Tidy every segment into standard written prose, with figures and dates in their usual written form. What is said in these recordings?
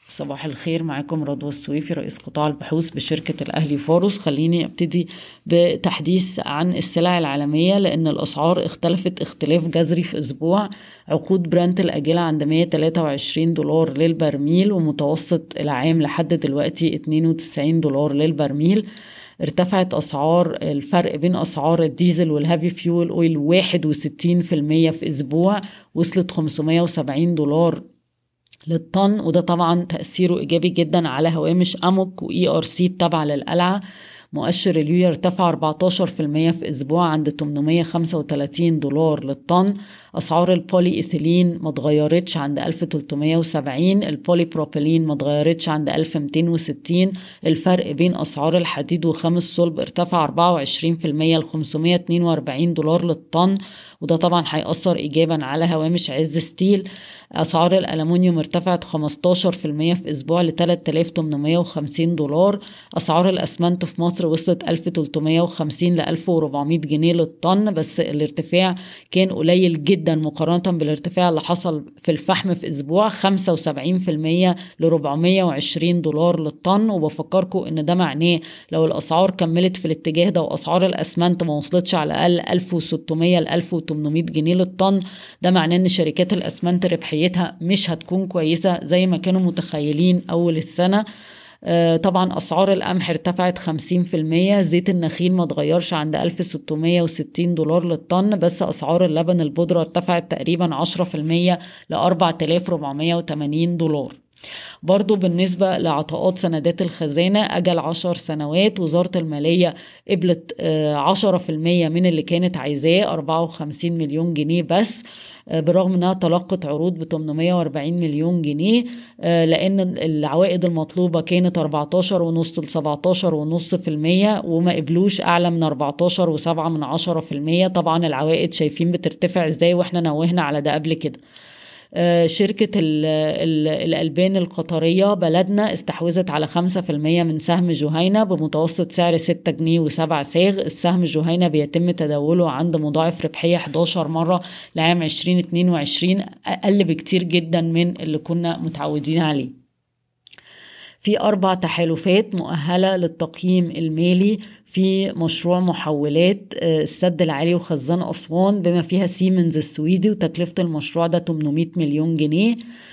صباح الخير، معاكم رضوى السويفي رئيس قطاع البحوث بشركة الأهلي فارس. خليني أبتدي بتحديث عن السلع العالمية، لأن الأسعار اختلفت اختلاف جذري في أسبوع. عقود برنت الأجلة عند $123 للبرميل، ومتوسط العام لحد دلوقتي $92 للبرميل. ارتفعت أسعار الفرق بين أسعار الديزل والهافي فيول أويل 61% في أسبوع، وصلت $570 للطن، وده طبعا تأثيره إيجابي جدا على هوامش أموك وإي آر سي التابعة للقلعة. مؤشر اليو ارتفع 14% في أسبوع عند $835 للطن. أسعار البولي إيثيلين ما اتغيرتش عند 1370. البولي بروبيلين ما اتغيرتش عند 1260. الفرق بين أسعار الحديد وخام الصلب ارتفع 24% ل $542 للطن، وده طبعا هيأثر إيجابا على هوامش عز ستيل. أسعار الألمنيوم ارتفعت 15% في أسبوع ل $3850. أسعار الأسمنت في مصر وصلت 1350 ل 1400 جنيه للطن، بس الارتفاع كان قليل جدا مقارنة بالارتفاع اللي حصل في الفحم في أسبوع 75% ل $420 للطن. وبفكركم إن ده معناه لو الأسعار كملت في الاتجاه ده وأسعار الأسمنت ما وصلتش على الأقل 1600 ل 1800 جنيه للطن، ده معناه إن شركات الأسمنت ربحيتها مش هتكون كويسة زي ما كانوا متخيلين أول السنة. طبعا أسعار القمح ارتفعت 50%. زيت النخيل ما اتغيرش عند $1660 للطن، بس أسعار اللبن البودرة ارتفعت تقريبا 10% ل $4480. برضو بالنسبة لعطاءات سندات الخزانة أجل 10 سنوات، وزارة المالية قبلت 10% من اللي كانت عايزاه، 54 مليون جنيه بس، برغم انها تلقت عروض ب 840 مليون جنيه، لان العوائد المطلوبة كانت 14.5 ل 17.5%، وما قبلوش اعلى من 14.7%. طبعا العوائد شايفين بترتفع ازاي، واحنا نوهنا على ده قبل كده. شركة الألبان القطرية بلدنا استحوذت على 5% من سهم جهينة بمتوسط سعر 6 جنيه و7 صاغ. السهم جهينة بيتم تداوله عند مضاعف ربحية 11 مرة لعام 2022، أقل بكتير جدا من اللي كنا متعودين عليه. في 4 تحالفات مؤهلة للتقييم المالي في مشروع محولات السد العالي وخزان أسوان، بما فيها سيمنز السويدي، وتكلفة المشروع ده 800 مليون جنيه.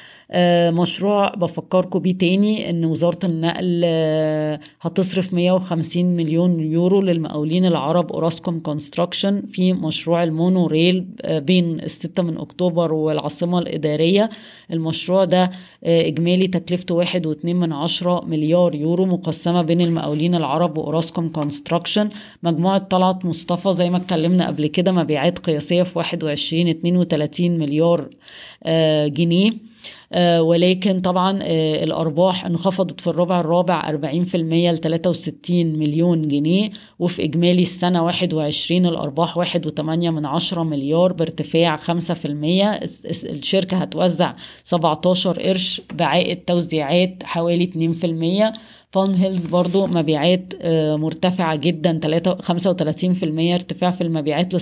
مشروع بفكركم بيه تاني ان وزارة النقل هتصرف 150 مليون يورو للمقاولين العرب اوراسكوم كونستراكشن في مشروع المونو ريل بين 6 من اكتوبر والعاصمة الادارية. المشروع ده اجمالي تكلفته 1.2 مليار يورو، مقسمة بين المقاولين العرب واوراسكوم كونستراكشن. مجموعة طلعت مصطفى زي ما اتكلمنا قبل كده مبيعات قياسية في 32 مليار جنيه. ولكن طبعا الأرباح انخفضت في الربع الرابع 40% ل 63 مليون جنيه، وفي إجمالي السنة 21 الأرباح 1.8 مليار بارتفاع 5%. الشركة هتوزع 17 قرش بعائد توزيعات حوالي 2%. بون هيلز برضو مبيعات مرتفعة جدا 35% ارتفاع في المبيعات ل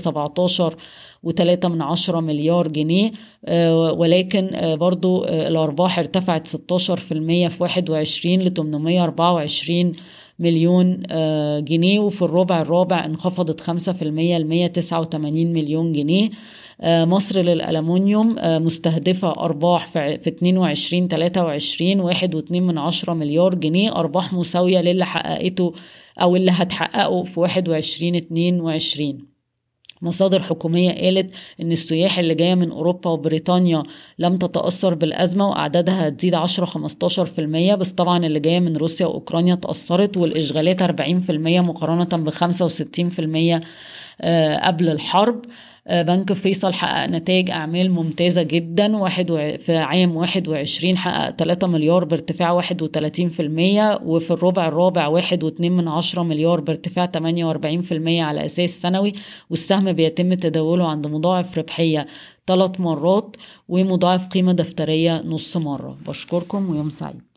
17.3 مليار جنيه. ولكن برضو الأرباح ارتفعت 16% في 21 ل 824 مليون جنيه، وفي الربع الرابع انخفضت 5% ل 189 مليون جنيه. مصر للألمنيوم مستهدفة أرباح في 22-23 1.2 مليار جنيه، أرباح مساوية للي حققته أو اللي هتحققه في 21-22. مصادر حكومية قالت إن السياح اللي جاية من أوروبا وبريطانيا لم تتأثر بالأزمة وأعدادها هتزيد 10-15%، بس طبعا اللي جاية من روسيا وأوكرانيا تأثرت، والإشغالات 40% مقارنة ب65% قبل الحرب. بنك فيصل حقق نتائج أعمال ممتازة جدا. في عام 21 حقق 3 مليار بارتفاع 31%، وفي الربع الرابع 1.2 مليار بارتفاع 48% على أساس سنوي، والسهم بيتم تداوله عند مضاعف ربحية 3 مرات ومضاعف قيمة دفترية نص مرة. بشكركم ويوم سعيد.